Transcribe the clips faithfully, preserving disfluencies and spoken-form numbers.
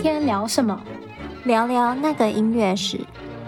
天聊什么？ 聊聊那个音乐史。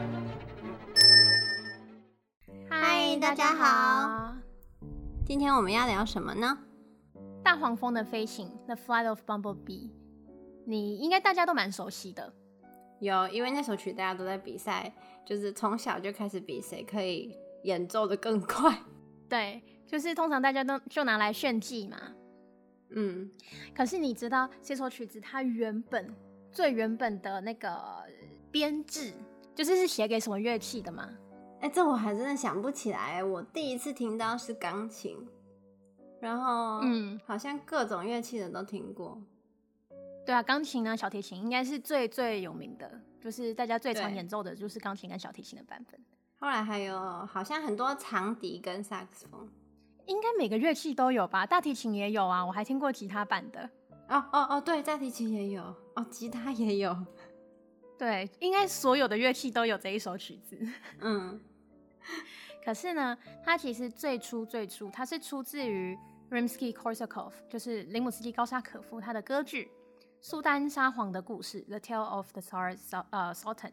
嗨，大家好。今天我们要聊什么呢？ 大黄蜂的飞行 The Flight of Bumblebee， 你应该大家都蛮熟悉的。 有，因为那首曲大家都在比赛，就是从小就开始比谁可以演奏的更快。 对，就是通常大家都就拿来炫技嘛。 嗯， 可是你知道这首曲子它原本最原本的那个编制，就是是写给什么乐器的吗？ 哎、欸，这我还真的想不起来。我第一次听到是钢琴，然后嗯，好像各种乐器的都听过。 对啊，钢琴呢、小提琴应该是最最有名的，就是大家最常演奏的就是钢琴跟小提琴的版本。 后来还有好像很多长笛跟萨克斯风。 应该每个乐器都有吧，大提琴也有啊，我还听过吉他版的。 哦哦哦，对，大提琴也有，哦，吉他也有。 对，应该所有的乐器都有这一首曲子。 嗯， 可是呢，它其实最初最初，它是出自于 Rimsky-Korsakov， 就是林姆斯基高沙可夫他的歌剧《苏丹沙皇的故事》The Tale of the Tsar Sultan。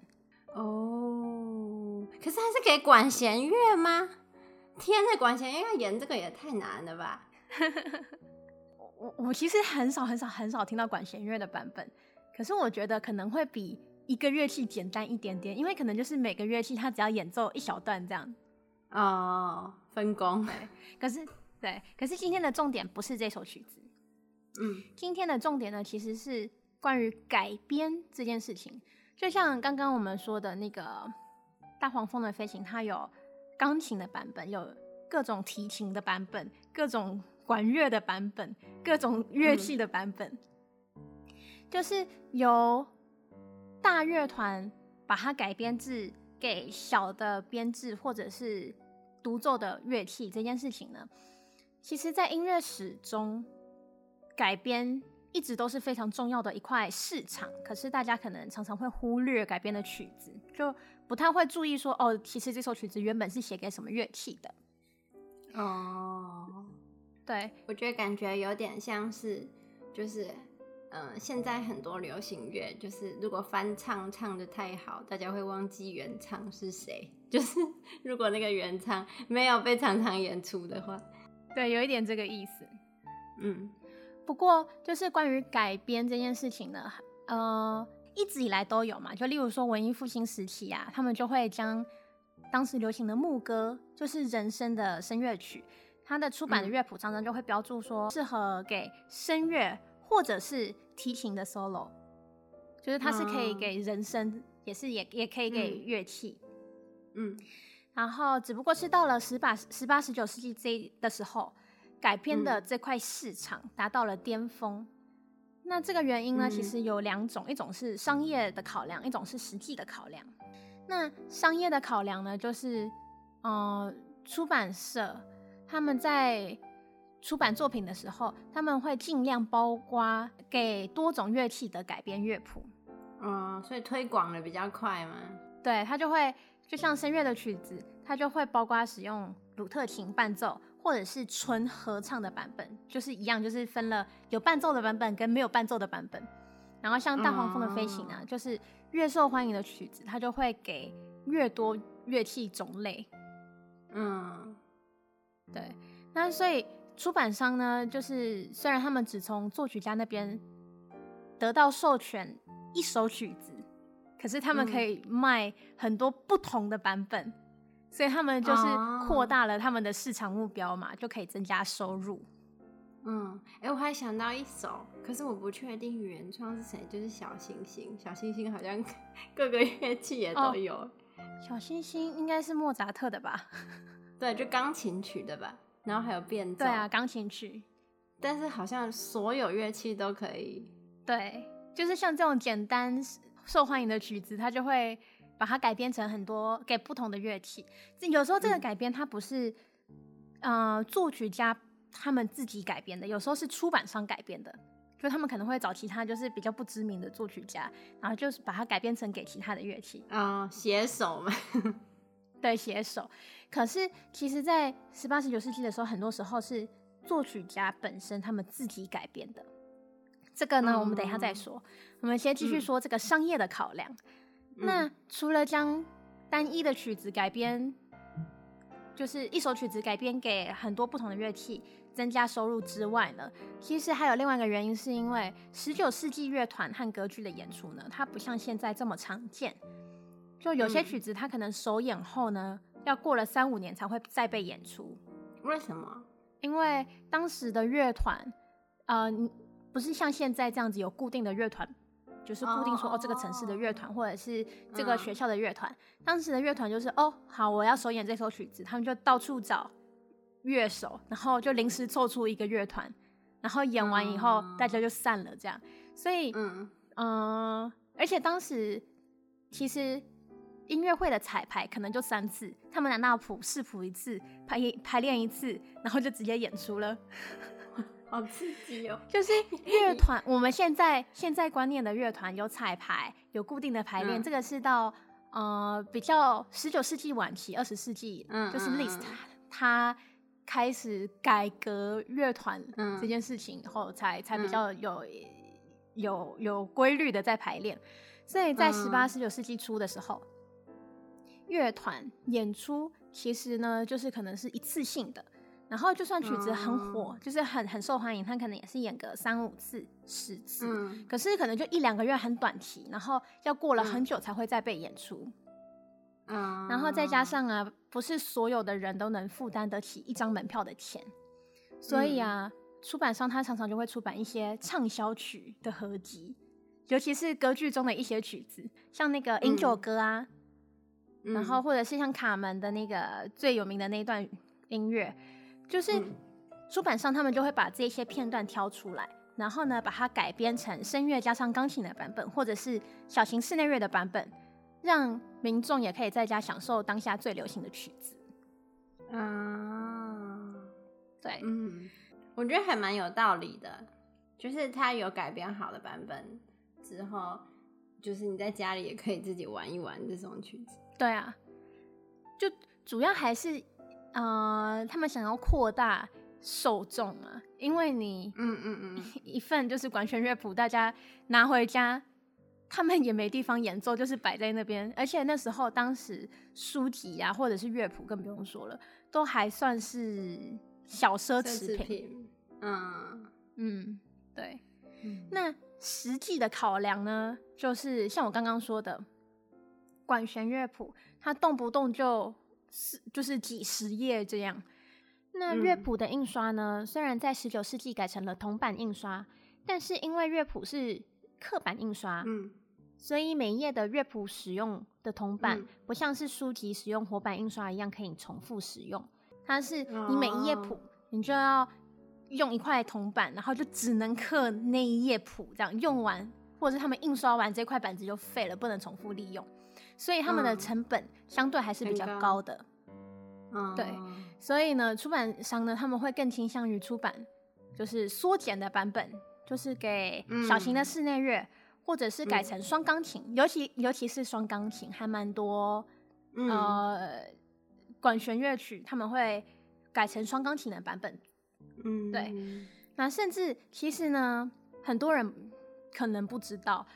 哦，可是它是给管弦乐吗？天哪，管弦乐要演这个也太难了吧！ 我我其实很少很少很少听到管弦乐的版本，可是我觉得可能会比一个乐器简单一点点，因为可能就是每个乐器它只要演奏一小段这样。 哦，分工。 对，可是对，可是今天的重点不是这首曲子。 嗯， 今天的重点呢，其实是关于改编这件事情。就像刚刚我们说的那个大黄蜂的飞行，它有钢琴的版本，有各种提琴的版本，各种管乐的版本，各种乐器的版本，嗯、就是由大乐团把它改编至给小的编制或者是独奏的乐器这件事情呢，其实在音乐史中改编一直都是非常重要的一块市场，可是大家可能常常会忽略改编的曲子，就不太会注意说哦，其实这首曲子原本是写给什么乐器的。 哦， 对， 我觉得感觉有点像是，就是呃，现在很多流行乐，就是如果翻唱唱得太好，大家会忘记原唱是谁。就是如果那个原唱没有被常常演出的话， 对，有一点这个意思。 嗯。 不过，就是关于改编这件事情呢，呃，一直以来都有嘛。就例如说文艺复兴时期啊，他们就会将当时流行的牧歌，就是人声的声乐曲，它的出版的乐谱常常就会标注说适合给声乐或者是提琴的 solo， 就是它是可以给人声，嗯、也是也也可以给乐器。 嗯， 然后只不过是到了十八、十八、十九世纪这的时候。改编的这块市场达到了巅峰，嗯、那这个原因呢，嗯、其实有两种，一种是商业的考量，一种是实际的考量。那商业的考量呢，就是呃，出版社他们在出版作品的时候，他们会尽量包括给多种乐器的改编乐谱， 嗯，所以推广的比较快嘛。 对，他就会就像声乐的曲子，他就会包括使用鲁特琴伴奏。或者是纯合唱的版本，就是一样，就是分了有伴奏的版本跟没有伴奏的版本。然后像大黄蜂的飞行啊，嗯、就是越受欢迎的曲子，它就会给越多乐器种类。 嗯， 对。那所以出版商呢，就是虽然他们只从作曲家那边得到授权一首曲子，可是他们可以卖很多不同的版本。所以他们就是扩大了他们的市场目标嘛， oh. 就可以增加收入。 嗯，哎、欸，我还想到一首，可是我不确定原创是谁，就是小星星。小星星好像各个乐器也都有。Oh. 小星星应该是莫扎特的吧？ 对，就钢琴曲的吧，然后还有变奏。 对啊，钢琴曲。 但是好像所有乐器都可以。 对，就是像这种简单受欢迎的曲子，它就会。把它改编成很多给不同的乐器，有时候这个改编它不是、嗯、呃作曲家他们自己改编的，有时候是出版商改编的，就他们可能会找其他就是比较不知名的作曲家，然后就是把它改编成给其他的乐器啊，写手嘛， 对，写手。可是其实，在十八、十九世纪的时候，很多时候是作曲家本身他们自己改编的。 这个呢，嗯、我们等一下再说。我们先继续说这个商业的考量。嗯、那除了将单一的曲子改编，就是一首曲子改编给很多不同的乐器，增加收入之外呢，其实还有另外一个原因，是因为十九世纪乐团和歌剧的演出呢，它不像现在这么常见。就有些曲子，它可能首演后呢，嗯、要过了三五年才会再被演出。 为什么？ 因为当时的乐团，呃，不是像现在这样子有固定的乐团，就是固定说 哦, 哦这个城市的乐团或者是这个学校的乐团。嗯、当时的乐团就是哦，好，我要首演这首曲子，他们就到处找乐手，然后就临时凑出一个乐团，然后演完以后、嗯、大家就散了，这样。所以，嗯、呃，而且当时其实音乐会的彩排可能就三次，他们拿到谱试谱一次，排排练一次，然后就直接演出了。 好刺激哦！ 就是乐团，我们现在现在观念的乐团有彩排，有固定的排练，嗯、这个是到呃比较十九世纪晚期、二十世纪，嗯、就是 Liszt 他开始改革乐团这件事情以后，才才比较有、嗯、有有规律的在排练。所以在十八、十九世纪初的时候，乐团演出其实呢，就是可能是一次性的。然后就算曲子很火，嗯、就是很很受欢迎，他可能也是演个三五次、十次，嗯、可是可能就一两个月很短期，然后要过了很久才会再被演出。嗯、然后再加上啊，不是所有的人都能负担得起一张门票的钱，所以啊，嗯、出版商他常常就会出版一些畅销曲的合集，尤其是歌剧中的一些曲子，像那个《饮酒歌》啊，嗯、然后或者是像卡门的那个最有名的那一段音乐。就是出版商他们就会把这些片段挑出来，然后呢把它改编成声乐加上钢琴的版本，或者是小型室内乐的版本，让民众也可以在家享受当下最流行的曲子。 啊， 对， 嗯，我觉得还蛮有道理的，就是它有改编好的版本之后，就是你在家里也可以自己玩一玩这种曲子。 对啊，就主要还是。呃，他们想要扩大受众嘛，因为你， 嗯嗯嗯， 一份就是管弦乐谱，大家拿回家，他们也没地方演奏，就是摆在那边。而且那时候，当时书籍啊，或者是乐谱，更不用说了，都还算是小奢侈品。 品嗯嗯，对。嗯、那实际的考量呢，就是像我刚刚说的，管弦乐谱，它动不动就。是就是几十页这样。那乐谱的印刷呢，嗯、虽然在十九世纪改成了铜版印刷，但是因为乐谱是刻版印刷，嗯、所以每一页的乐谱使用的铜版，嗯、不像是书籍使用活版印刷一样可以重复使用。它是你每一页谱，哦、你就要用一块铜板，然后就只能刻那一页谱，这样用完，或者是他们印刷完这块板子就废了，不能重复利用。所以他们的成本相对还是比较高的， 嗯、 对，所以呢，出版商呢他们会更倾向于出版就是缩减的版本，就是给小型的室内乐，嗯、或者是改成双钢琴，嗯、尤其尤其是双钢琴，还蛮多，嗯、呃管弦乐曲他们会改成双钢琴的版本，嗯，对，那甚至其实呢，很多人可能不知道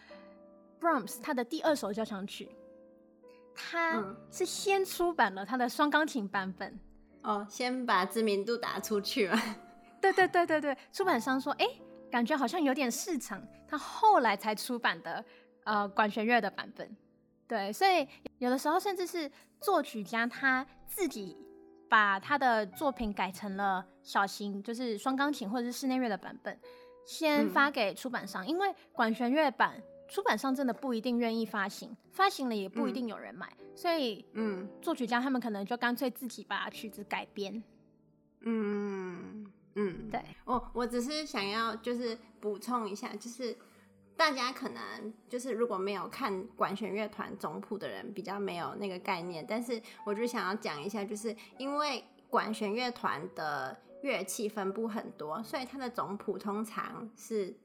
Brahms 他的第二首交响曲。他是先出版了他的双钢琴版本， 哦，先把知名度打出去嘛。 对对对对对，出版商说，哎，感觉好像有点市场，他后来才出版的呃管弦乐的版本。对，所以有的时候甚至是作曲家他自己把他的作品改成了小型，就是双钢琴或者是室内乐的版本，先发给出版商，嗯、因为管弦乐版。出版商真的不一定愿意发行，发行了也不一定有人买，嗯、所以，嗯，作曲家他们可能就干脆自己把曲子改编。 嗯嗯， 对， 我我只是想要就是补充一下，就是大家可能就是如果没有看管弦乐团总谱的人，比较没有那个概念，但是我就想要讲一下，就是因为管弦乐团的乐器分布很多，所以它的总谱通常是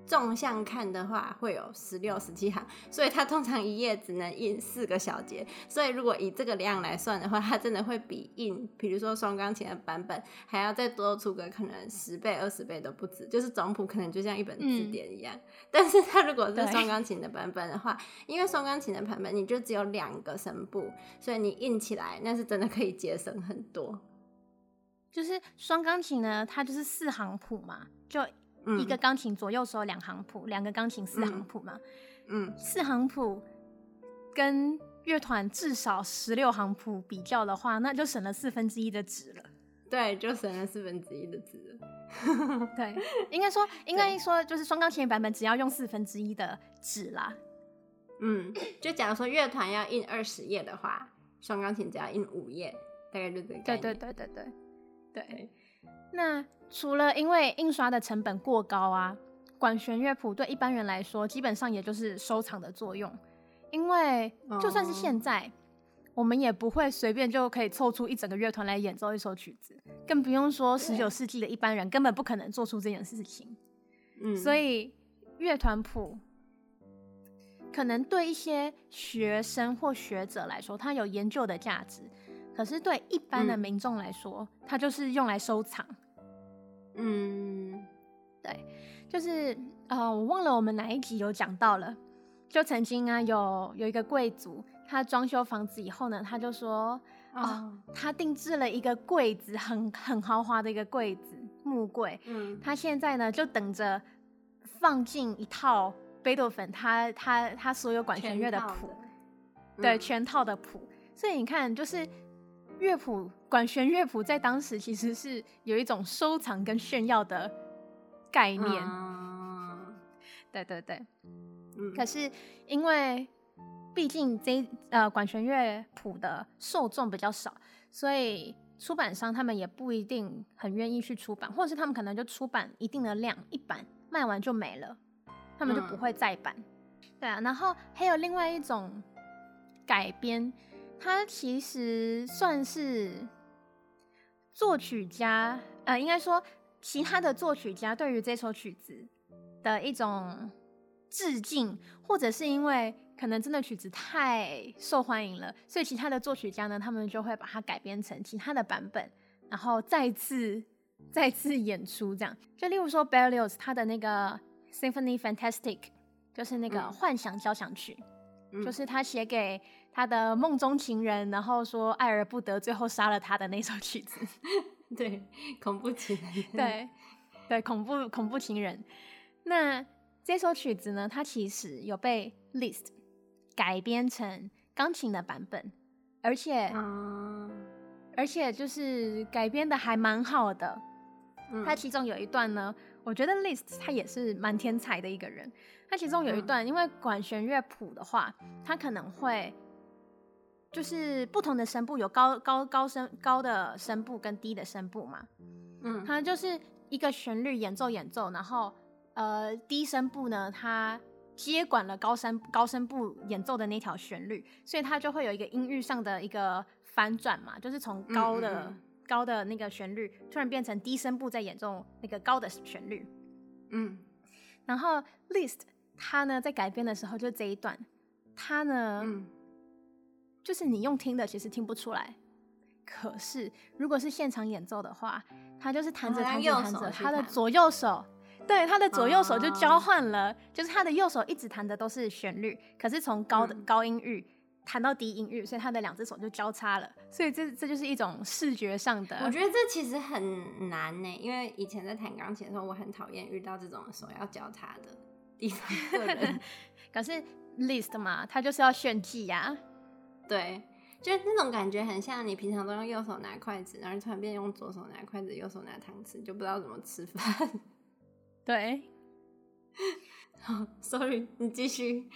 纵向看的话会有十六、十七行，所以它通常一页只能印四个小节。所以如果以这个量来算的话，它真的会比印，比如说双钢琴的版本还要再多出个可能十倍、二十倍都不止。就是总谱可能就像一本字典一样。嗯、但是它如果是双钢琴的版本的话，因为双钢琴的版本你就只有两个声部，所以你印起来那是真的可以节省很多。 就是双钢琴呢，它就是四行谱嘛，就一个钢琴左右手两行谱，两个钢琴四行谱嘛。嗯，四行谱跟乐团至少十六行谱比较的话，那就省了四分之一的纸了。 对，就省了四分之一的纸了。 对，应该说，应该说，就是双钢琴的版本只要用四分之一的纸啦。 嗯，就假如说乐团要印二十页的话，双钢琴只要印五页，大概就这个概念。 对对对对对对。那除了因为印刷的成本过高啊，管弦乐谱对一般人来说基本上也就是收藏的作用，因为就算是现在、哦、我们也不会随便就可以凑出一整个乐团来演奏一首曲子，更不用说十九世纪的一般人根本不可能做出这件事情。嗯，所以乐团谱可能对一些学生或学者来说它有研究的价值，可是对一般的民众来说、嗯、它就是用来收藏。嗯，对，就是呃，我忘了我们哪一集有讲到了，就曾经啊有有一个贵族，他装修房子以后呢，他就说，哦，哦他定制了一个柜子，很很豪华的一个柜子，木柜，嗯，他现在呢就等着放进一套贝多芬他他他所有管弦乐的谱，对，全套的谱，所以你看，就是乐谱。管弦乐谱在当时其实是有一种收藏跟炫耀的概念，嗯、对对对、嗯。可是因为毕竟这呃管弦乐谱的受众比较少，所以出版商他们也不一定很愿意去出版，或者是他们可能就出版一定的量，一版卖完就没了，他们就不会再版。嗯、对啊，然后还有另外一种改编，它其实算是。作曲家，呃，应该说其他的作曲家对于这首曲子的一种致敬，或者是因为可能真的曲子太受欢迎了，所以其他的作曲家呢，他们就会把它改编成其他的版本，然后再次再次演出这样。就例如说 Berlioz 他的那个 Symphony Fantastique， 就是那个幻想交响曲，嗯、就是他写给他的梦中情人，然后说爱而不得，最后杀了他的那首曲子。 对，恐怖情人。 对，对，恐怖恐怖情人。那这首曲子呢，它其实有被 Liszt 改编成钢琴的版本，而且，嗯、而且就是改编的还蛮好的。嗯、它其中有一段呢，我觉得 Liszt 他也是蛮天才的一个人。它其中有一段，嗯、因为管弦乐谱的话，它可能会。就是不同的声部有高高高声高的声部跟低的声部嘛，嗯，它就是一个旋律演奏演奏，然后呃低声部呢，它接管了高声高声部演奏的那条旋律，所以它就会有一个音域上的一个反转嘛，就是从高的嗯嗯嗯高的那个旋律突然变成低声部在演奏那个高的旋律，嗯，然后 Liszt 他呢在改编的时候就这一段，他呢。嗯就是你用听的其实听不出来，可是如果是现场演奏的话，他就是弹着弹着弹着，他的左右手，对，他的左右手就交换了，哦、就是他的右手一直弹的都是旋律，可是从高的、嗯、高音域弹到低音域，所以他的两只手就交叉了，所以这这就是一种视觉上的。 我觉得这其实很难呢，因为以前在弹钢琴的时候，我很讨厌遇到这种手要交叉的地方的人。 可是 Liszt 嘛，他就是要炫技呀、啊。 对，就那种感觉很像你平常都用右手拿筷子，然后突然变用左手拿筷子，右手拿汤匙，就不知道怎么吃饭。 对， 好 ，sorry， 你继续。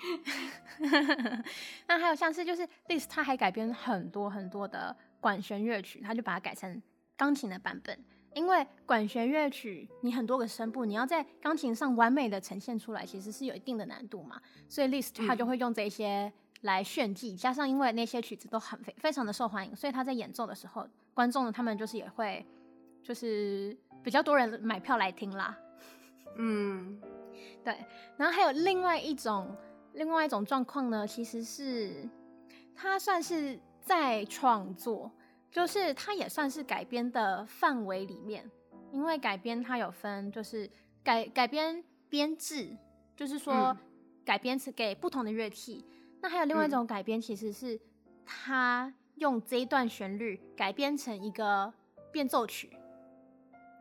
那还有像是就是 Liszt 他还改编很多很多的管弦乐曲，他就把它改成钢琴的版本。因为管弦乐曲你很多个声部，你要在钢琴上完美的呈现出来，其实是有一定的难度嘛，所以 Liszt 他就会用这些。来炫技，加上因为那些曲子都很非非常的受欢迎，所以他在演奏的时候，观众呢他们就是也会，就是比较多人买票来听啦。嗯， 对，然后还有另外一种另外一种状况呢，其实是它算是在创作，就是它也算是改编的范围里面，因为改编它有分，就是改改编编制，就是说、嗯、改编给不同的乐器。那还有另外一种改编，其实是它用这一段旋律改编成一个变奏曲。 啊、uh ，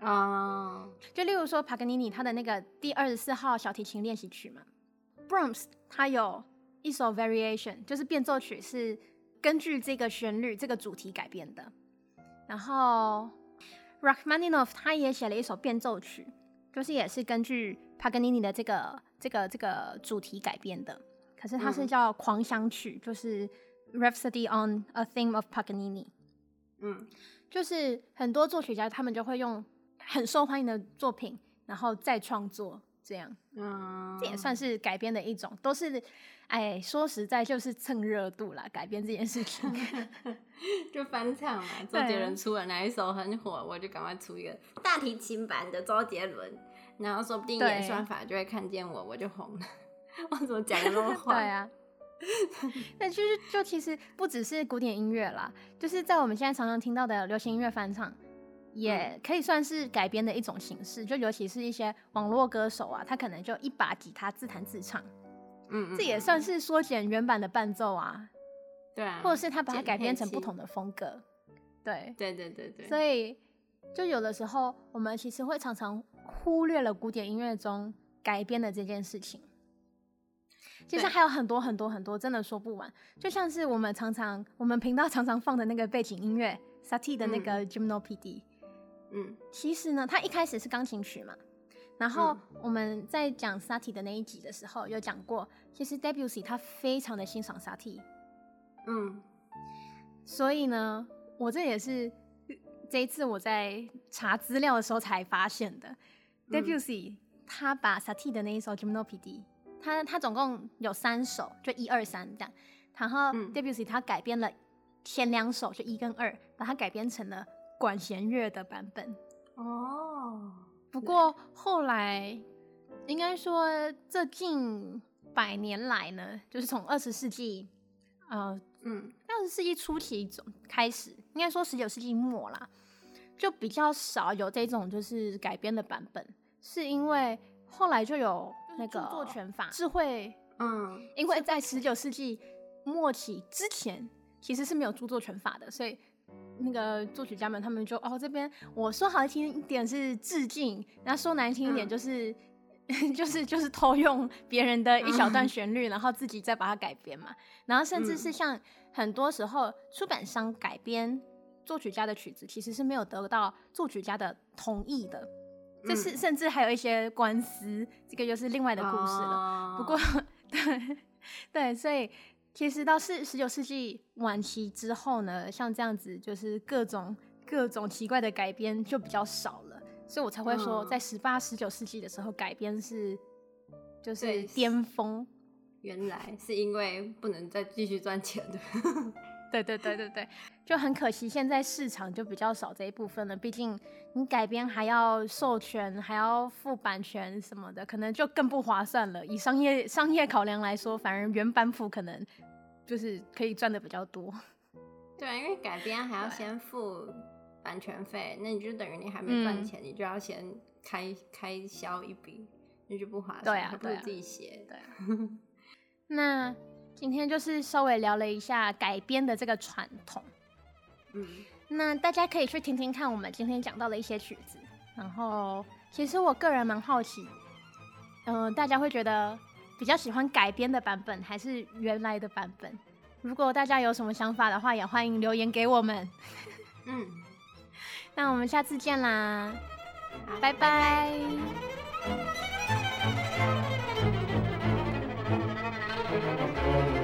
就例如说帕格尼尼他的那个第二十四号小提琴练习曲嘛 ，Brahms 他有一首 Variation， 就是变奏曲是根据这个旋律、这个主题改编的。然后 Rachmaninoff 他也写了一首变奏曲，就是也是根据帕格尼尼的这个这个这个主题改编的。可是它是叫狂想曲，嗯、就是 Rhapsody on a Theme of Paganini。嗯，就是很多作曲家他们就会用很受欢迎的作品，然后再创作，这样，嗯，这也算是改编的一种，都是，哎，说实在就是蹭热度啦，改编这件事情， 就翻唱嘛。周杰伦出了哪一首很火，我就赶快出一个大提琴版的周杰伦，然后说不定演算法就会看见我，我就红了。我怎么讲的那么坏？ 对啊。那就是就其实不只是古典音乐啦，就是在我们现在常常听到的流行音乐翻唱，也可以算是改编的一种形式。就尤其是一些网络歌手啊，他可能就一把吉他自弹自唱，嗯, 嗯，这也算是缩减原版的伴奏啊。 对啊， 或者是他把它改编成不同的风格。对， 对对对对。 所以就有的时候，我们其实会常常忽略了古典音乐中改编的这件事情。其实还有很多很多很多，真的说不完。就像是我们常常我们频道常常放的那个背景音乐 Satie 的那个 Gymnopédie， 嗯，其实呢，它一开始是钢琴曲嘛。然后我们在讲 Satie 的那一集的时候，有讲过，其实 Debussy 他非常的欣赏 Satie， 嗯，所以呢，我这也是这一次我在查资料的时候才发现的。嗯、Debussy 他把 Satie 的那一首 Gymnopédie。他他总共有三首，就一二三这样。然后 Debussy 他改编了前两首，就一跟二，把它改编成了管弦乐的版本。哦，不过后来应该说这近百年来呢，就是从二十世纪，呃，嗯，二十世纪初期开始，应该说十九世纪末啦，就比较少有这种就是改编的版本，是因为后来就有。那个著作权法智慧，嗯，因为在十九世纪末期之前其实是没有著作权法的，所以那个作曲家们他们就哦这边我说好听一点是致敬，然后说难听一点就是、嗯、就是就是偷用别人的一小段旋律、嗯，然后自己再把它改编嘛，然后甚至是像很多时候出版商改编作曲家的曲子，其实是没有得到作曲家的同意的。这是甚至还有一些官司，这个又是另外的故事了。Oh. 不过，对对，所以其实到是十九世纪晚期之后呢，像这样子就是各种各种奇怪的改编就比较少了，所以我才会说，在十八、十九世纪的时候改编是就是巅峰。 原来是因为不能再继续赚钱的。 对对对对对，就很可惜，现在市场就比较少这一部分了。毕竟你改编还要授权，还要付版权什么的，可能就更不划算了。以商业商业考量来说，反而原版谱可能就是可以赚的比较多。 对啊，因为改编还要先付版权费，那你就等于你还没赚钱、嗯，你就要先开开销一笔，那就不划算。 对啊， 不如自己写。 对啊。那。今天就是稍微聊了一下改编的这个传统，嗯，那大家可以去听听看我们今天讲到的一些曲子，然后其实我个人蛮好奇，嗯、呃，大家会觉得比较喜欢改编的版本还是原来的版本？如果大家有什么想法的话，也欢迎留言给我们。嗯，那我们下次见啦，拜拜。拜拜。